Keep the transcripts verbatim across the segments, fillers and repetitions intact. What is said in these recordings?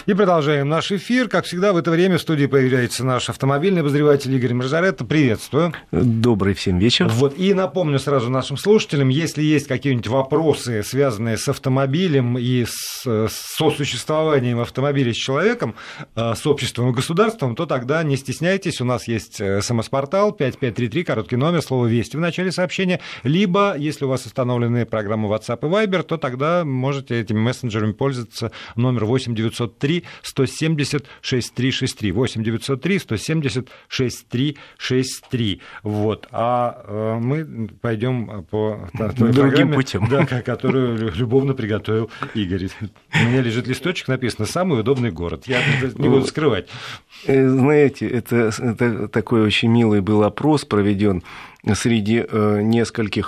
И продолжаем наш эфир. Как всегда, в это время в студии появляется наш автомобильный обозреватель Игорь Маржаретто. Приветствую. Добрый всем вечер. Вот. И напомню сразу нашим слушателям, если есть какие-нибудь вопросы, связанные с автомобилем и с сосуществованием автомобиля с человеком, с обществом и государством, то тогда не стесняйтесь. У нас есть СМС-портал пять пять три три, короткий номер, слово «Вести» в начале сообщения. Либо, если у вас установлены программы WhatsApp и Viber, то тогда можете этими мессенджерами пользоваться. Номер восемь девятьсот три сто семьдесят шестьдесят три шестьдесят три. восемь девятьсот три сто семьдесят шестьдесят три шестьдесят три. Вот. А мы пойдем по той программе, путем, да, которую любовно приготовил Игорь. У меня лежит листочек, написано «Самый удобный город». Я не буду скрывать. Знаете, это, это такой очень милый был опрос проведен среди нескольких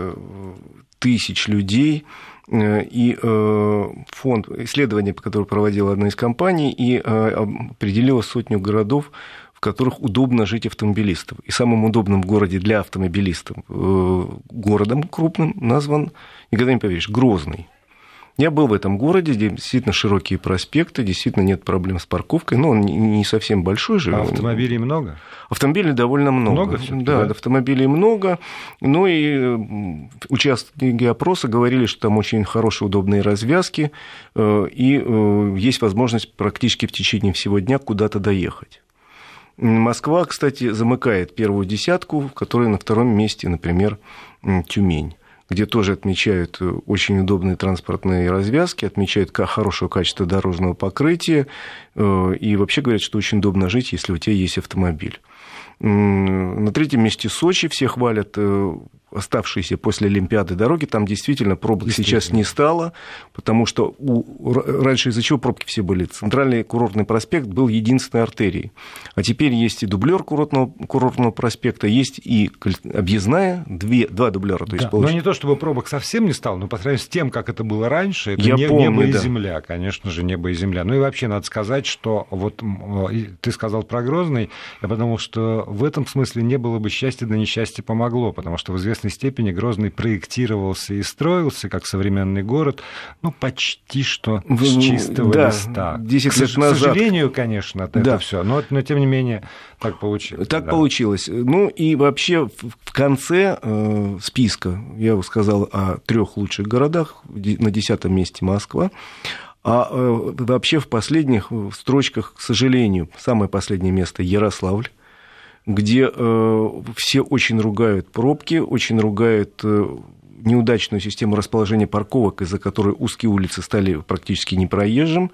тысяч людей. И фонд исследования, которое проводила одна из компаний, и определила сотню городов, в которых удобно жить автомобилистам. И самым удобным в городе для автомобилистов городом крупным назван, никогда не поверишь, Грозный. Я был в этом городе, где действительно широкие проспекты, действительно нет проблем с парковкой, но он не совсем большой же. А автомобилей много? Автомобилей довольно много. Много всё-таки, да, да, автомобилей много. Ну и участники опроса говорили, что там очень хорошие, удобные развязки, и есть возможность практически в течение всего дня куда-то доехать. Москва, кстати, замыкает первую десятку, в которой на втором месте, например, Тюмень, где тоже отмечают очень удобные транспортные развязки, отмечают хорошее качество дорожного покрытия, и вообще говорят, что очень удобно жить, если у тебя есть автомобиль. На третьем месте Сочи, все хвалят оставшиеся после Олимпиады дороги, там действительно пробок сейчас не стало, потому что у... раньше из-за чего пробки все были? Центральный курортный проспект был единственной артерией, а теперь есть и дублер курортного, курортного проспекта, есть и объездная, две, два дублера. То есть да, получается... Но не то, чтобы пробок совсем не стало, но по сравнению с тем, как это было раньше, это Я не, помню, небо и да. земля, конечно же, небо и земля. Ну и вообще надо сказать, что вот ты сказал про Грозный, я подумал, что в этом смысле не было бы счастья, да несчастье помогло, потому что в известной степени Грозный проектировался и строился как современный город, ну, почти что с чистого да, листа. десять лет назад. К сожалению, конечно, это да. все, но, но тем не менее так получилось. Так да. получилось. Ну и вообще в конце э, списка я сказал о трех лучших городах, на десятом месте Москва. А э, вообще в последних строчках, к сожалению, самое последнее место Ярославль, где э, все очень ругают пробки, очень ругают э, неудачную систему расположения парковок, из-за которой узкие улицы стали практически непроезжим,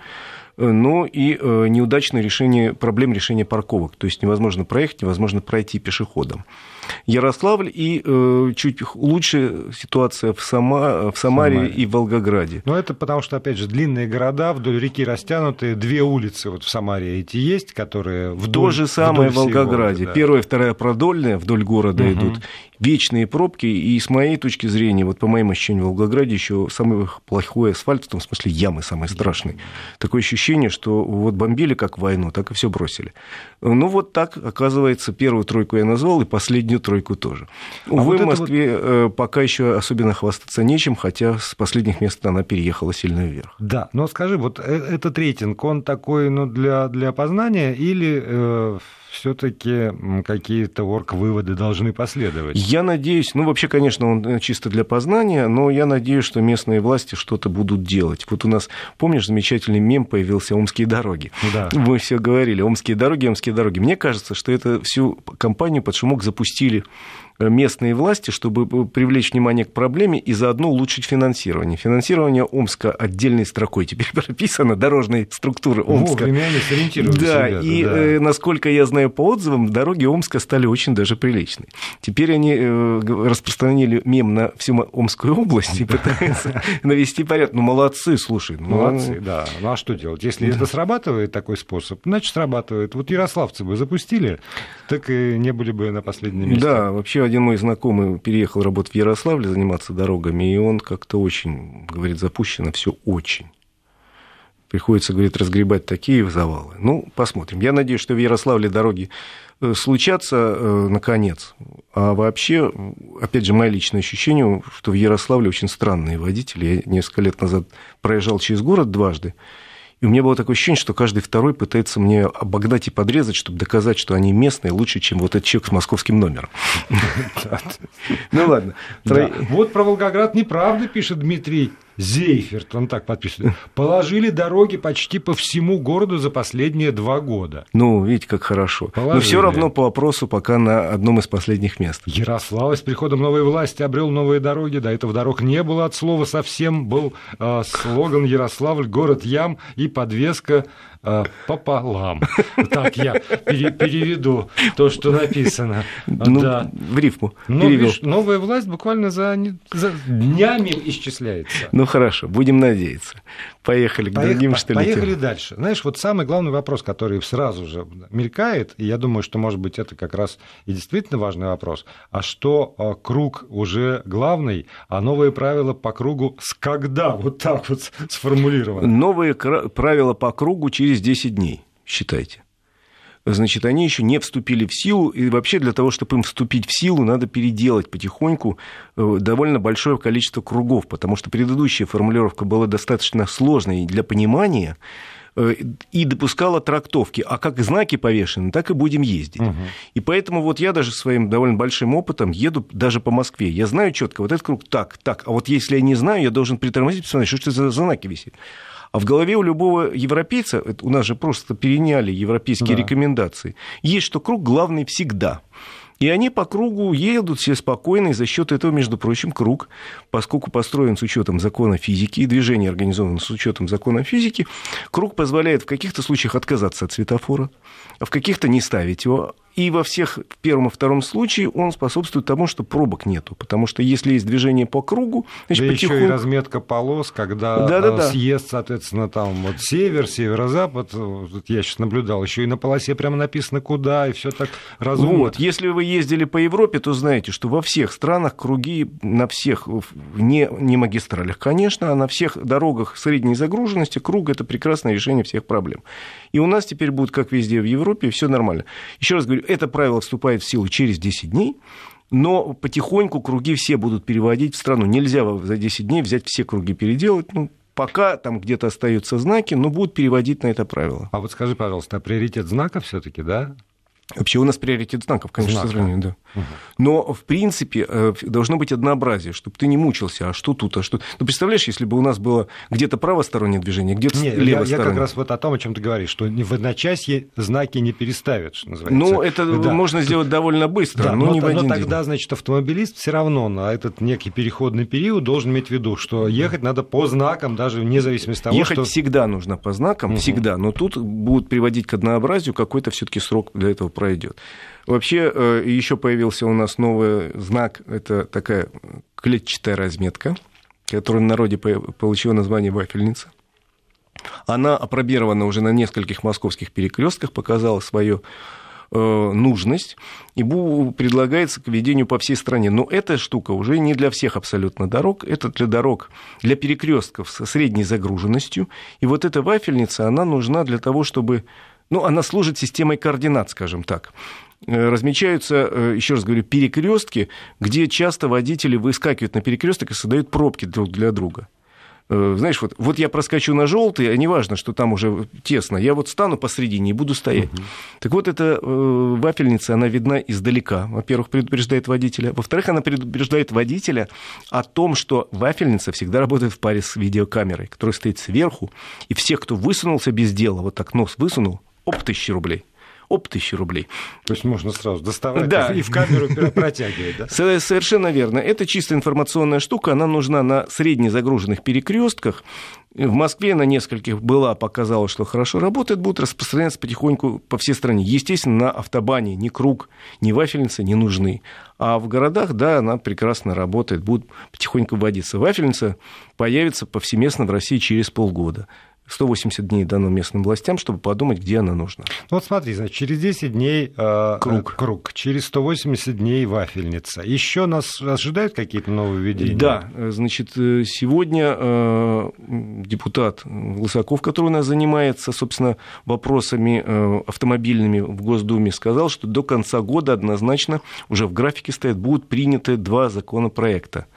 но и э, неудачное решение проблем решения парковок, то есть невозможно проехать, невозможно пройти пешеходом. Ярославль и э, чуть лучше ситуация в, Сама, в Самаре, Самаре и в Волгограде. Но это потому что, опять же, длинные города, вдоль реки растянутые, две улицы вот в Самаре эти есть, которые вдоль. То же самое в Волгограде. Волги, да. Первая и вторая продольная вдоль города угу. идут. Вечные пробки, и с моей точки зрения, вот по моим ощущениям, в Волгограде еще самый плохой асфальт, в том смысле ямы самые страшные. Такое ощущение, что вот бомбили как войну, так и все бросили. Ну вот так, оказывается, первую тройку я назвал, и последнюю тройку тоже. Увы, а вот в Москве вот... пока еще особенно хвастаться нечем, хотя с последних мест она переехала сильно вверх. Да, но скажи, вот этот рейтинг, он такой, ну, для, для опознания или э, все-таки какие-то орг-выводы должны последовать? Я надеюсь, ну, вообще, конечно, он чисто для познания, но я надеюсь, что местные власти что-то будут делать. Вот у нас, помнишь, замечательный мем появился «Омские дороги». Да. Мы все говорили «Омские дороги, омские дороги». Мне кажется, что это всю кампанию под шумок запустили местные власти, чтобы привлечь внимание к проблеме и заодно улучшить финансирование. Финансирование Омска отдельной строкой теперь прописано, дорожной структуры Омска. Вовремя они сориентировались. Да, ребята, и, да. Э, насколько я знаю по отзывам, дороги Омска стали очень даже приличные. Теперь они э, распространили мем на всю Омскую область и пытаются навести порядок. Ну, молодцы, слушай. Молодцы, да. Ну, а что делать? Если это срабатывает, такой способ, значит, срабатывает. Вот ярославцы бы запустили, так и не были бы на последнем месте. Да, вообще один мой знакомый переехал работать в Ярославль, заниматься дорогами, и он как-то очень, говорит, запущено все очень. Приходится, говорит, разгребать такие завалы. Ну, посмотрим. Я надеюсь, что в Ярославле дороги случатся, наконец. А вообще, опять же, мое личное ощущение, что в Ярославле очень странные водители. Я несколько лет назад проезжал через город дважды, И у меня было такое ощущение, что каждый второй пытается мне обогнать и подрезать, чтобы доказать, что они местные лучше, чем вот этот человек с московским номером. Ну ладно. Вот про Волгоград неправда, пишет Дмитрий Зейферт, он так подписывает. Положили дороги почти по всему городу за последние два года. Ну, видите, как хорошо. Положили. Но все равно по вопросу пока на одном из последних мест. Ярославль с приходом новой власти обрел новые дороги. До этого дорог не было от слова совсем. Был э, слоган «Ярославль, город ям» и подвеска э, «пополам». Так я пере- переведу то, что написано. Ну, да. В рифму. Но, видишь, новая власть буквально за, за днями исчисляется. Ну, хорошо, будем надеяться. Поехали к Поех... другим, что ли, Поехали темам. дальше. Знаешь, вот самый главный вопрос, который сразу же мелькает, и я думаю, что, может быть, это как раз и действительно важный вопрос, а что а, круг уже главный, а новые правила по кругу с когда? Вот так вот сформулировано. Новые правила по кругу через десять дней, считайте. Значит, они еще не вступили в силу, и вообще для того, чтобы им вступить в силу, надо переделать потихоньку довольно большое количество кругов, потому что предыдущая формулировка была достаточно сложной для понимания и допускала трактовки, а как знаки повешены, так и будем ездить. Угу. И поэтому вот я даже своим довольно большим опытом еду даже по Москве. Я знаю четко, вот этот круг так, так, а вот если я не знаю, я должен притормозить, посмотреть, что это за знаки висит. А в голове у любого европейца, у нас же просто переняли европейские да. рекомендации, есть, что круг главный всегда. И они по кругу едут все спокойно, и за счет этого, между прочим, круг, поскольку построен с учетом закона физики, и движение организовано с учетом закона физики, круг позволяет в каких-то случаях отказаться от светофора, а в каких-то не ставить его. И во всех в первом и втором случае он способствует тому, что пробок нету. Потому что если есть движение по кругу, значит, да потихоньку... еще и разметка полос, когда Да-да-да. съезд, соответственно, там вот север, северо-запад, вот я сейчас наблюдал, еще и на полосе прямо написано куда, и все так разумно. Вот, если вы ездили по Европе, то знаете, что во всех странах круги на всех, не, не магистралях, конечно, а на всех дорогах средней загруженности круг – это прекрасное решение всех проблем. И у нас теперь будет, как везде в Европе, все нормально. Еще раз говорю, это правило вступает в силу через десять дней, но потихоньку круги все будут переводить в страну. Нельзя за десять дней взять все круги переделать, ну, пока там где-то остаются знаки, но будут переводить на это правило. А вот скажи, пожалуйста, а приоритет знаков все-таки, да? Вообще у нас приоритет знаков, конечно, Знака. сравнение, да. Угу. Но, в принципе, должно быть однообразие, чтобы ты не мучился, а что тут, а что... Ну, представляешь, если бы у нас было где-то правостороннее движение, где-то Нет, левостороннее. Я, я как раз вот о том, о чем ты говоришь, что в одночасье знаки не переставят, что называется. Ну, это да. можно сделать довольно быстро, да, но, но не в один но день. тогда, значит, автомобилист все равно на этот некий переходный период должен иметь в виду, что ехать надо по знакам, даже вне зависимости от того, ехать что... всегда нужно по знакам, угу. всегда, но тут будут приводить к однообразию, какой-то все-таки срок для этого пройдет. Вообще, еще появился у нас новый знак, это такая клетчатая разметка, которая в народе получила название «вафельница». Она опробирована уже на нескольких московских перекрестках, показала свою нужность и предлагается к введению по всей стране. Но эта штука уже не для всех абсолютно дорог, это для дорог, для перекрестков со средней загруженностью. И вот эта вафельница, она нужна для того, чтобы... Ну, она служит системой координат, скажем так. Размечаются, еще раз говорю, перекрестки, где часто водители выскакивают на перекресток и создают пробки друг для друга. Знаешь, вот, вот я проскочу на желтый, а неважно, что там уже тесно, я вот стану посредине и буду стоять. Угу. Так вот, эта вафельница, она видна издалека. Во-первых, предупреждает водителя. Во-вторых, она предупреждает водителя о том, что вафельница всегда работает в паре с видеокамерой, которая стоит сверху, и всех, кто высунулся без дела, вот так нос высунул, оп, тысяча рублей. Оп, тысяча рублей. То есть можно сразу доставать да. и в камеру протягивать, да? Совершенно верно. Это чисто информационная штука, она нужна на среднезагруженных перекрестках. В Москве на нескольких была, показала, что хорошо работает, будут распространяться потихоньку по всей стране. Естественно, на автобане ни круг, ни вафельница не нужны. А в городах, да, она прекрасно работает, будет потихоньку вводиться. Вафельница появится повсеместно в России через полгода. сто восемьдесят дней дано местным властям, чтобы подумать, где она нужна. Вот смотри, значит, через десять дней э, круг. круг, через сто восемьдесят дней вафельница. Еще нас ожидают какие-то нововведения? Да, значит, сегодня э, депутат Лысаков, который у нас занимается, собственно, вопросами э, автомобильными в Госдуме, сказал, что до конца года однозначно уже в графике стоят, будут приняты два законопроекта.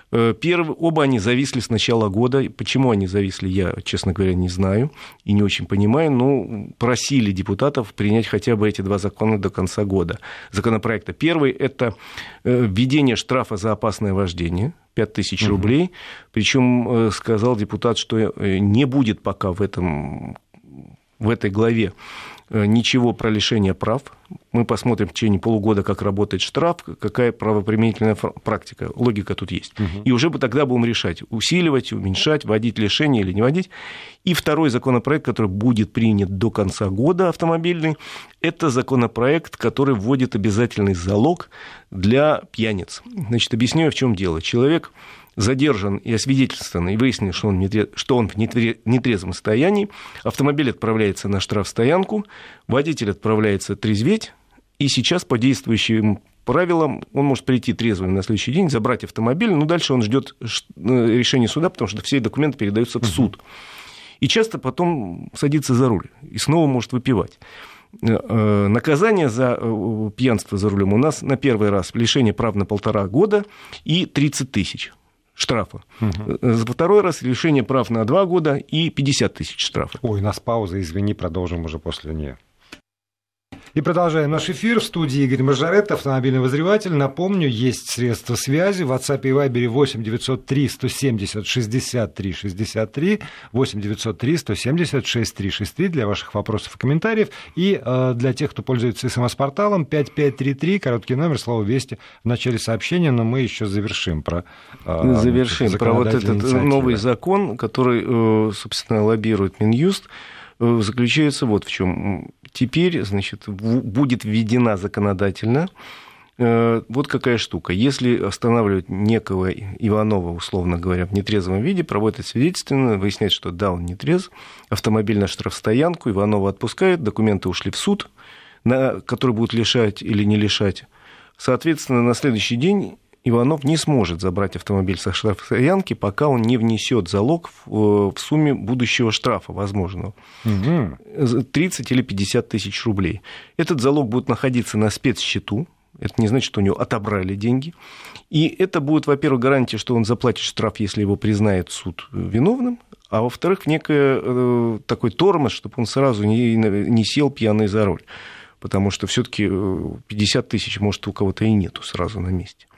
Первый, оба они зависли с начала года. Почему они зависли, я, честно говоря, не знаю и не очень понимаю, но просили депутатов принять хотя бы эти два закона до конца года. Законопроекта. Первый – это введение штрафа за опасное вождение, пять тысяч рублей. Угу. Причем сказал депутат, что не будет пока в, этом, в этой главе ничего про лишение прав. Мы посмотрим в течение полугода, как работает штраф, какая правоприменительная практика. Логика тут есть. Угу. И уже бы тогда будем решать, усиливать, уменьшать, вводить лишение или не вводить. И второй законопроект, который будет принят до конца года, автомобильный, это законопроект, который вводит обязательный залог для пьяниц. Значит, объясню, в чем дело. Человек задержан и освидетельствован, и выяснил, что он, нетрез... что он в нетрезвом состоянии, автомобиль отправляется на штрафстоянку, водитель отправляется трезветь, и сейчас по действующим правилам он может прийти трезвым на следующий день, забрать автомобиль, но дальше он ждет решения суда, потому что все документы передаются в суд. И часто потом садится за руль и снова может выпивать. Наказание за пьянство за рулем у нас на первый раз лишение прав на полтора года и тридцать тысяч штрафа. Угу. За второй раз лишение прав на два года и пятьдесят тысяч штрафа. Ой, у нас пауза, извини, продолжим уже после нее. И продолжаем наш эфир. В студии Игорь Маржарет, автомобильный обозреватель. Напомню, есть средства связи. В WhatsApp и Viber восемь девятьсот три сто семьдесят шестьдесят три шестьдесят три, восемь девятьсот три сто семьдесят шестьдесят три шестьдесят три для ваших вопросов и комментариев. И э, для тех, кто пользуется СМС-порталом, пять пять три три, короткий номер, слово «Вести» в начале сообщения, но мы еще завершим про э, Завершим про вот этот инициативы. Новый закон, который, э, собственно, лоббирует Минюст, э, заключается вот в чем. Теперь, значит, будет введена законодательно вот какая штука. Если останавливать некого Иванова, условно говоря, в нетрезвом виде, проводят свидетельственно, выясняется, что да, он нетрезв, автомобиль на штрафстоянку, Иванова отпускают, документы ушли в суд, на, который будут лишать или не лишать. Соответственно, на следующий день Иванов не сможет забрать автомобиль со штрафстоянки, пока он не внесет залог в, в сумме будущего штрафа возможного. Угу. тридцать или пятьдесят тысяч рублей. Этот залог будет находиться на спецсчету. Это не значит, что у него отобрали деньги. И это будет, во-первых, гарантия, что он заплатит штраф, если его признает суд виновным, а во-вторых, некий э, такой тормоз, чтобы он сразу не, не сел пьяный за руль. Потому что все-таки пятьдесят тысяч, может, у кого-то и нету сразу на месте.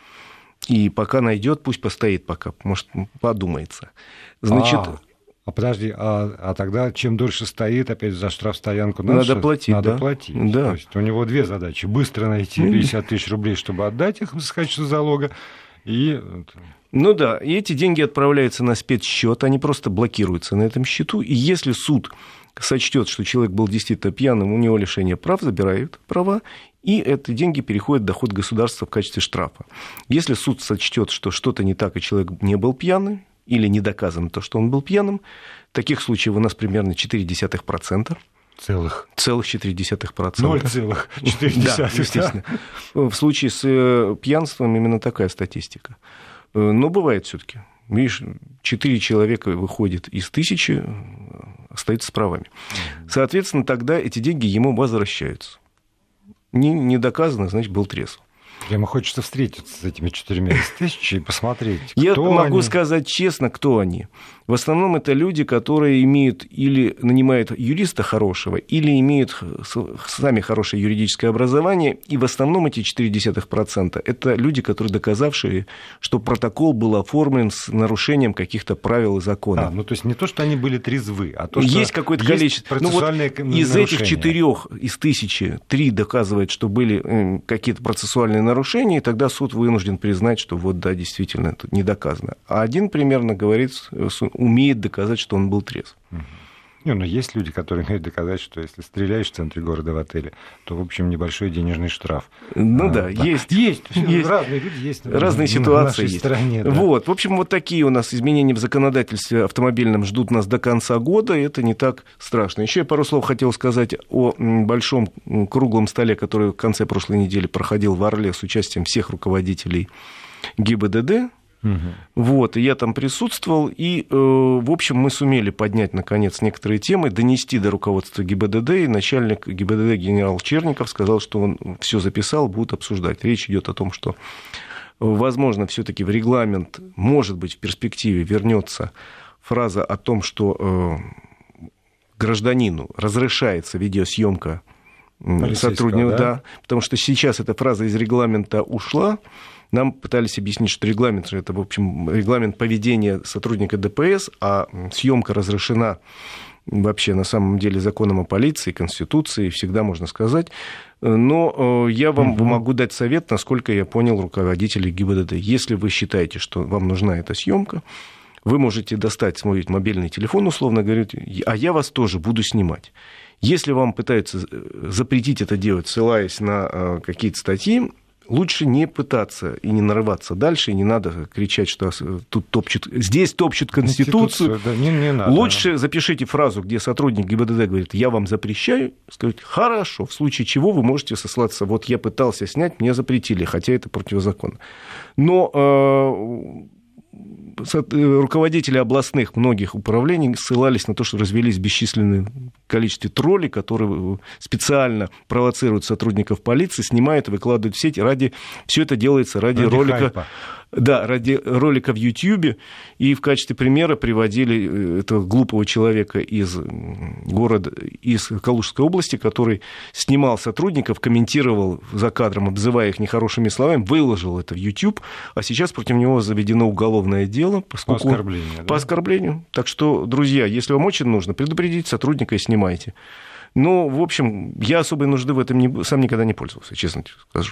И пока найдет, пусть постоит пока, может, подумается. Значит, а, а подожди, а, а тогда чем дольше стоит, опять за штрафстоянку, надо, надо платить. Надо да? платить. Да. То есть у него две задачи. Быстро найти пятьдесят тысяч рублей, чтобы отдать их в качестве залога. И... Ну да, и эти деньги отправляются на спецсчет, они просто блокируются на этом счету. И если суд сочтет, что человек был действительно пьяным, у него лишение прав, забирают права, и эти деньги переходят в доход государства в качестве штрафа. Если суд сочтет, что что-то не так, и человек не был пьяный, или не доказано то, что он был пьяным, таких случаев у нас примерно четыре десятых процента. Целых. Целых четыре десятых процента. ноль целых четыре десятых. Да, естественно. В случае с пьянством именно такая статистика. Но бывает все-таки. Видишь, четыре человека выходит из тысячи, остаются с правами. Соответственно, тогда эти деньги ему возвращаются. Не, не доказано, значит, был трезв. Ему хочется встретиться с этими четырьмя тысячами и посмотреть, кто Я могу они. сказать честно, кто они. В основном это люди, которые имеют или нанимают юриста хорошего, или имеют сами хорошее юридическое образование. И в основном эти четыре десятых процента это люди, которые доказавшие, что протокол был оформлен с нарушением каких-то правил и законов. А, ну то есть не то, что они были трезвы, а то, что есть какое-то количество. Ну, вот из этих четырех, из тысячи, три доказывает, что были какие-то процессуальные нарушения, и тогда суд вынужден признать, что вот да, действительно, это не доказано. А один примерно говорит, умеет доказать, что он был трезв. Не, ну, есть люди, которые умеют доказать, что если стреляешь в центре города в отеле, то, в общем, небольшой денежный штраф. Ну а, да, да, есть. Есть, есть. Разные люди есть. Разные в ситуации нашей есть. Стране, да. Вот, в общем, вот такие у нас изменения в законодательстве автомобильном ждут нас до конца года, и это не так страшно. Еще я пару слов хотел сказать о большом круглом столе, который в конце прошлой недели проходил в Орле с участием всех руководителей ГИБДД. Угу. Вот, и я там присутствовал, и, э, в общем, мы сумели поднять, наконец, некоторые темы, донести до руководства ГИБДД, и начальник ГИБДД генерал Черников сказал, что он все записал, будут обсуждать. Речь идет о том, что возможно, все-таки в регламент, может быть, в перспективе вернется фраза о том, что гражданину разрешается видеосъемка сотрудников, да? Да, потому что сейчас эта фраза из регламента ушла. Нам пытались объяснить, что регламент, это, в общем, регламент поведения сотрудника ДПС, а съемка разрешена вообще на самом деле законом о полиции, Конституцией, всегда можно сказать. Но я вам угу. могу дать совет, насколько я понял руководителей ГИБДД. Если вы считаете, что вам нужна эта съемка, вы можете достать свой мобильный телефон, условно говоря, а я вас тоже буду снимать. Если вам пытаются запретить это делать, ссылаясь на какие-то статьи, лучше не пытаться и не нарываться дальше, и не надо кричать, что тут топчут, здесь топчут Конституцию. Да, не, не надо. Лучше запишите фразу, где сотрудник ГИБДД говорит, я вам запрещаю, скажите, хорошо, в случае чего вы можете сослаться, вот я пытался снять, мне запретили, хотя это противозаконно. Но руководители областных многих управлений ссылались на то, что развелись бесчисленные количество троллей, которые специально провоцируют сотрудников полиции, снимают и выкладывают в сеть. Ради... Все это делается ради, ради ролика... Хайпа. Да, ради ролика в Ютьюбе, и в качестве примера приводили этого глупого человека из города, из Калужской области, который снимал сотрудников, комментировал за кадром, обзывая их нехорошими словами, выложил это в Ютьюб, а сейчас против него заведено уголовное дело. Поскольку... По оскорблению. Да? По оскорблению. Так что, друзья, если вам очень нужно, предупредите сотрудника и снимайте. Ну, в общем, я особой нужды в этом не, сам никогда не пользовался, честно скажу.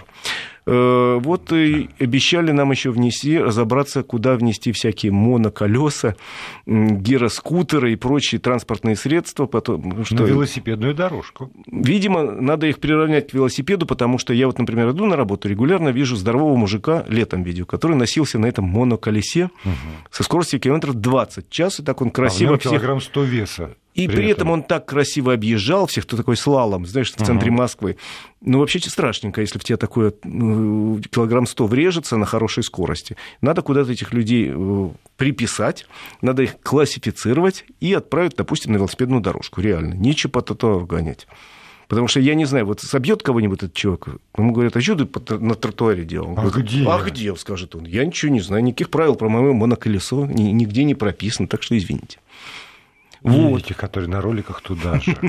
Вот и обещали нам еще внести, разобраться, куда внести всякие моноколеса, гироскутеры и прочие транспортные средства. Потом, что... На велосипедную дорожку. Видимо, надо их приравнять к велосипеду, потому что я вот, например, иду на работу, регулярно вижу здорового мужика, летом видео, который носился на этом моноколесе угу. со скоростью километров двадцать в час, и так он красиво... А в нем килограмм сто веса. И при, при этом он так красиво объезжал всех, кто такой слалом, знаешь, в центре uh-huh. Москвы. Ну, вообще страшненько, если в тебя такое ну, килограмм сто врежется на хорошей скорости. Надо куда-то этих людей приписать, надо их классифицировать и отправить, допустим, на велосипедную дорожку. Реально, нечего по тротуару гонять. Потому что я не знаю, вот собьет кого-нибудь этот человек, ему говорят, а что ты на тротуаре делал? А говорит, где? А где, скажет он. Я ничего не знаю, никаких правил про мое моноколесо нигде не прописано, так что извините. Вот. Эти, которые на роликах туда же.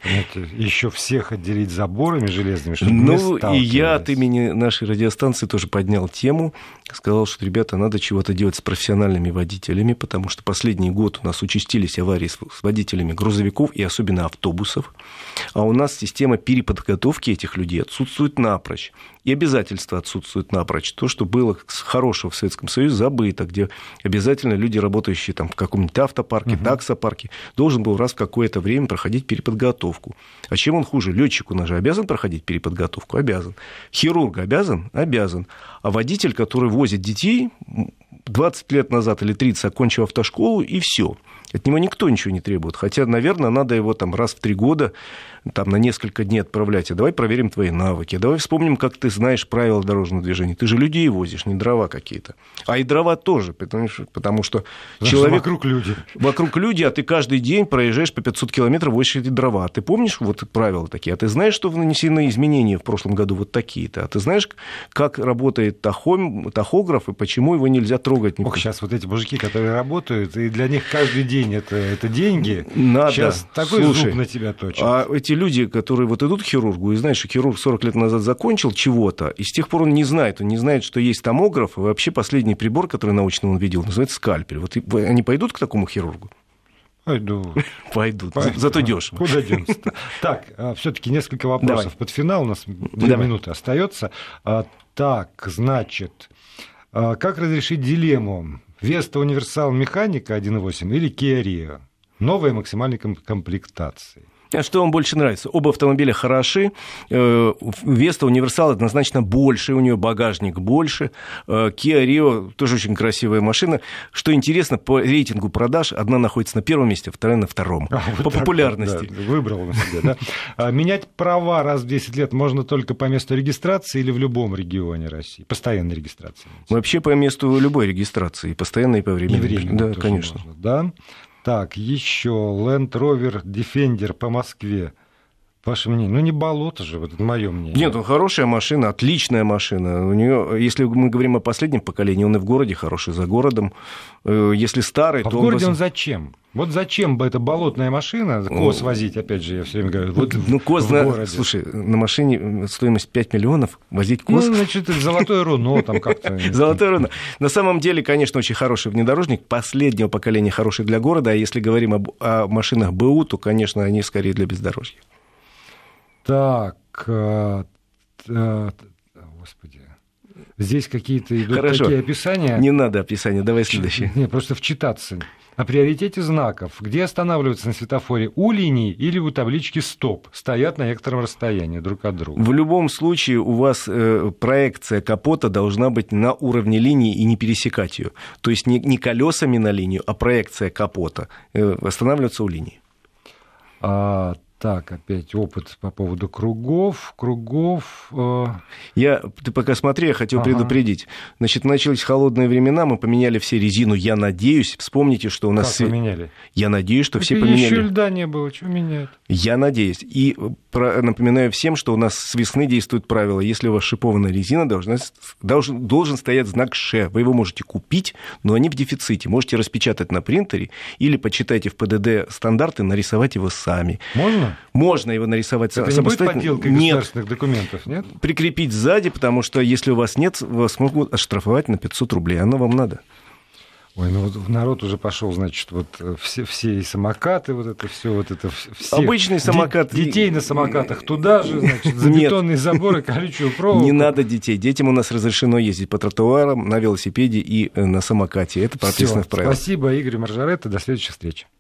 Еще всех отделить заборами железными, чтобы ну, не сталкивались. И я от имени нашей радиостанции тоже поднял тему, сказал, что, ребята, надо чего-то делать с профессиональными водителями, потому что последний год у нас участились аварии с водителями грузовиков и особенно автобусов, а у нас система переподготовки этих людей отсутствует напрочь, и обязательства отсутствуют напрочь. То, что было хорошего в Советском Союзе, забыто, где обязательно люди, работающие там в каком-нибудь автопарке, угу. таксопарке, должен был раз в какое-то время проходить переподготовку. А чем он хуже? Летчик у нас же обязан проходить переподготовку? Обязан. Хирург обязан? Обязан. А водитель, который возит детей, двадцать лет назад или тридцать окончил автошколу, и все. От него никто ничего не требует. Хотя, наверное, надо его там раз в три года там, на несколько дней отправлять. А давай проверим твои навыки. А давай вспомним, как ты знаешь правила дорожного движения. Ты же людей возишь, не дрова какие-то. А и дрова тоже, потому что, потому что человек... Вокруг люди. Вокруг люди, а ты каждый день проезжаешь по пятьсот километров, возишь эти дрова. А ты помнишь вот правила такие? А ты знаешь, что нанесены изменения в прошлом году вот такие-то? А ты знаешь, как работает тахом, тахограф и почему его нельзя трогать? Ох, сейчас вот эти мужики, которые работают, и для них каждый день это, это деньги. Надо. Сейчас такой Слушай, зуб на тебя точит. А эти люди, которые вот идут к хирургу, и знаешь, что хирург сорок лет назад закончил чего-то, и с тех пор он не знает, он не знает, что есть томограф, и вообще последний прибор, который научно он видел, называется скальпель. Вот они пойдут к такому хирургу? Пойду. Пойдут. Пойду. Зато дешево. Куда денется-то? Так, все-таки несколько вопросов. Давай. Под финал у нас две Давай. минуты остается. Так, значит, как разрешить дилемму? Веста универсал механика один и восемь или Kia Rio? Новая максимальной комплектации. А что вам больше нравится? Оба автомобиля хороши. Веста универсал однозначно больше, у нее багажник больше. Kia Rio тоже очень красивая машина. Что интересно, по рейтингу продаж одна находится на первом месте, вторая на втором. А, вот по популярности. Вот, да, выбрал на себя, да? Менять права раз в десять лет можно только по месту регистрации или в любом регионе России? Постоянной регистрации. Вообще по месту любой регистрации, постоянной и по времени. И времени, да, конечно. Можно, да? Так, еще Land Rover Defender по Москве. Ваше мнение? Ну, не болото же, вот это мое мнение. Нет, он хорошая машина, отличная машина. У нее, если мы говорим о последнем поколении, он и в городе хороший, за городом. Если старый, а то в городе он... он зачем? Вот зачем бы эта болотная машина, КОЗ возить, опять же, я все время говорю, вот ну, КОЗ, в на... городе. Слушай, на машине стоимость пять миллионов, возить КОЗ... Ну, значит, золотое руно там как-то... Золотое руно. На самом деле, конечно, очень хороший внедорожник, последнего поколения хороший для города, а если говорим об... о машинах БУ, то, конечно, они скорее для бездорожья. Так, а, а, господи, здесь какие-то идут Хорошо. такие описания. Не надо описания, давай следующее. Не, просто вчитаться. О приоритете знаков. Где останавливаются на светофоре? У линии или у таблички «Стоп»? Стоят на некотором расстоянии друг от друга. В любом случае у вас э, проекция капота должна быть на уровне линии и не пересекать ее. То есть не, не колесами на линию, а проекция капота. Э, останавливаться у линии. А, так, опять опыт по поводу кругов. Кругов... Э... Я, ты пока смотри, я хотел ага. предупредить. Значит, начались холодные времена, мы поменяли все резину, я надеюсь. Вспомните, что у нас... Как все... поменяли? Я надеюсь, что так все поменяли. Еще льда не было, что менять? Я надеюсь. И про... напоминаю всем, что у нас с весны действует правило. Если у вас шипованная резина, должна... должен... должен стоять знак «Ш». Вы его можете купить, но они в дефиците. Можете распечатать на принтере или почитайте в ПДД стандарты, нарисовать его сами. Можно? Можно его нарисовать это самостоятельно. Это не будет подделкой государственных документов, нет? Прикрепить сзади, потому что если у вас нет, вас могут оштрафовать на пятьсот рублей. Оно вам надо. Ой, ну вот народ уже пошел, значит, вот все, все и самокаты, вот это все, вот это все. Обычный самокат. Детей на самокатах туда же, значит, за бетонный забор и колючую проволоку. Не надо детей. Детям у нас разрешено ездить по тротуарам, на велосипеде и на самокате. Это прописано в правилах. Спасибо, Игорь Маржаретта. До следующей встречи.